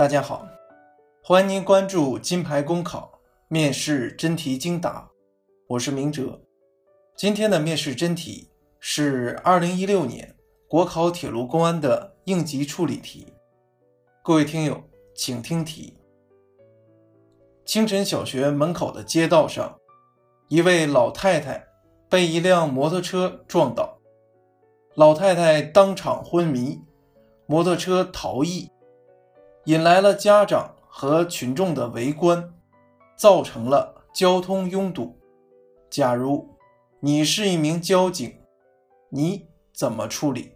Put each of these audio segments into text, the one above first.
大家好，欢迎您关注金牌公考面试真题精答，我是明哲。今天的面试真题是2016年国考铁路公安的应急处理题。各位听友请听题。清晨小学门口的街道上，一位老太太被一辆摩托车撞倒，老太太当场昏迷，摩托车逃逸，引来了家长和群众的围观，造成了交通拥堵。假如你是一名交警，你怎么处理？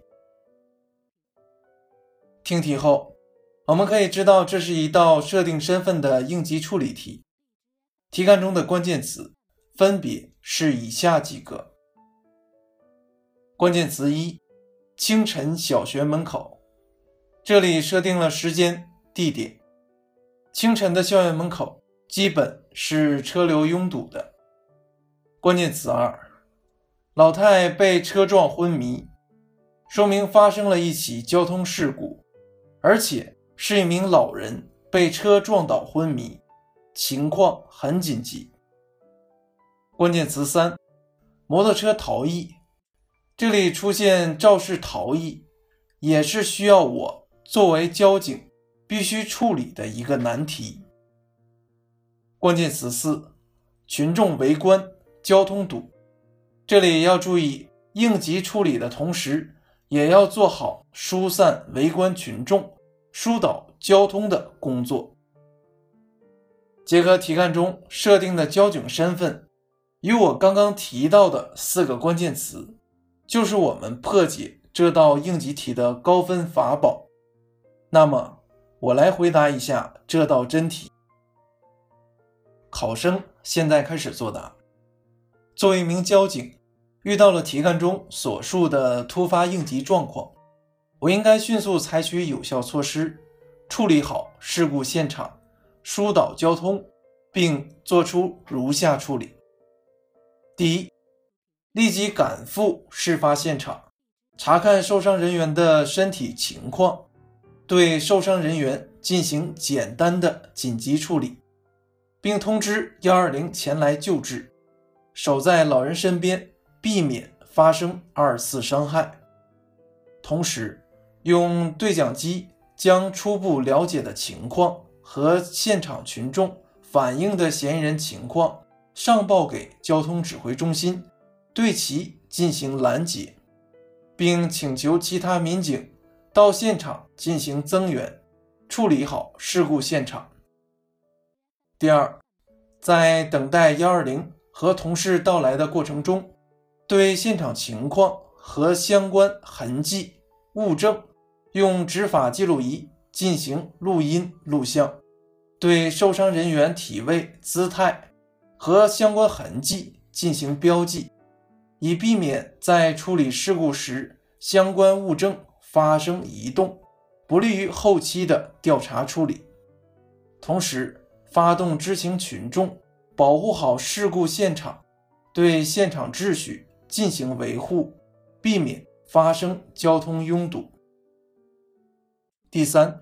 听题后，我们可以知道这是一道设定身份的应急处理题。题干中的关键词分别是以下几个。关键词一：清晨小学门口。这里设定了时间、地点。清晨的校园门口基本是车流拥堵的。关键词二：老太被车撞昏迷，说明发生了一起交通事故，而且是一名老人被车撞倒昏迷，情况很紧急。关键词三：摩托车逃逸。这里出现肇事逃逸，也是需要我作为交警必须处理的一个难题。关键词四：群众围观，交通堵。这里要注意，应急处理的同时，也要做好疏散围观群众、疏导交通的工作。结合题干中设定的交警身份，与我刚刚提到的4个关键词，就是我们破解这道应急题的高分法宝。那么我来回答一下这道真题。考生现在开始作答。作为一名交警，遇到了题干中所述的突发应急状况，我应该迅速采取有效措施，处理好事故现场，疏导交通，并做出如下处理。第一，立即赶赴事发现场，查看受伤人员的身体情况，对受伤人员进行简单的紧急处理，并通知120前来救治，守在老人身边，避免发生二次伤害。同时，用对讲机将初步了解的情况和现场群众反映的嫌疑人情况上报给交通指挥中心，对其进行拦截，并请求其他民警到现场进行增援，处理好事故现场。第二，在等待120和同事到来的过程中，对现场情况和相关痕迹、物证用执法记录仪进行录音录像，对受伤人员体位、姿态和相关痕迹进行标记，以避免在处理事故时相关物证发生移动，不利于后期的调查处理。同时，发动知情群众，保护好事故现场，对现场秩序进行维护，避免发生交通拥堵。第三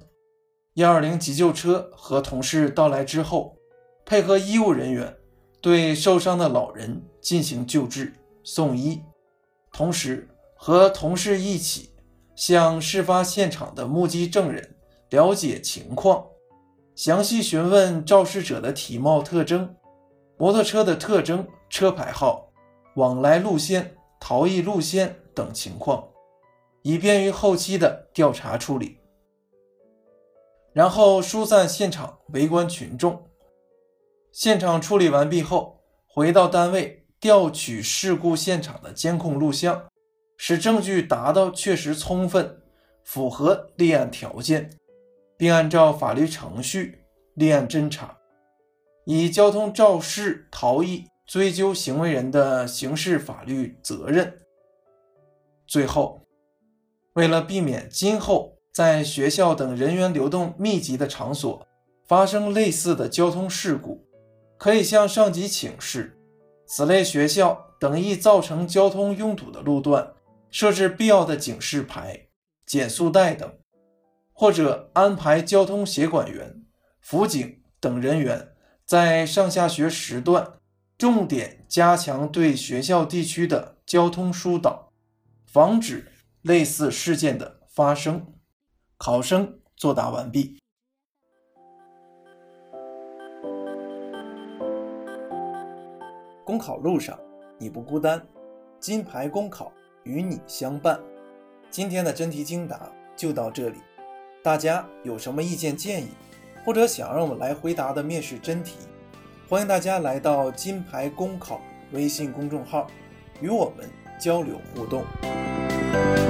，120急救车和同事到来之后，配合医务人员对受伤的老人进行救治、送医，同时和同事一起向事发现场的目击证人了解情况，详细询问肇事者的体貌特征、摩托车的特征、车牌号、往来路线、逃逸路线等情况，以便于后期的调查处理。然后疏散现场围观群众。现场处理完毕后，回到单位调取事故现场的监控录像，使证据达到确实充分，符合立案条件，并按照法律程序立案侦查，以交通肇事逃逸追究行为人的刑事法律责任。最后，为了避免今后在学校等人员流动密集的场所发生类似的交通事故，可以向上级请示，此类学校等易造成交通拥堵的路段设置必要的警示牌、减速带等， 或者安排交通协管员、辅警等人员在上下学时段重点加强对学校地区的交通疏导，防止类似事件的发生。考生作答完毕。公考路上你不孤单，金牌公考与你相伴。今天的真题精答就到这里，大家有什么意见建议，或者想让我们来回答的面试真题，欢迎大家来到金牌公考微信公众号与我们交流互动。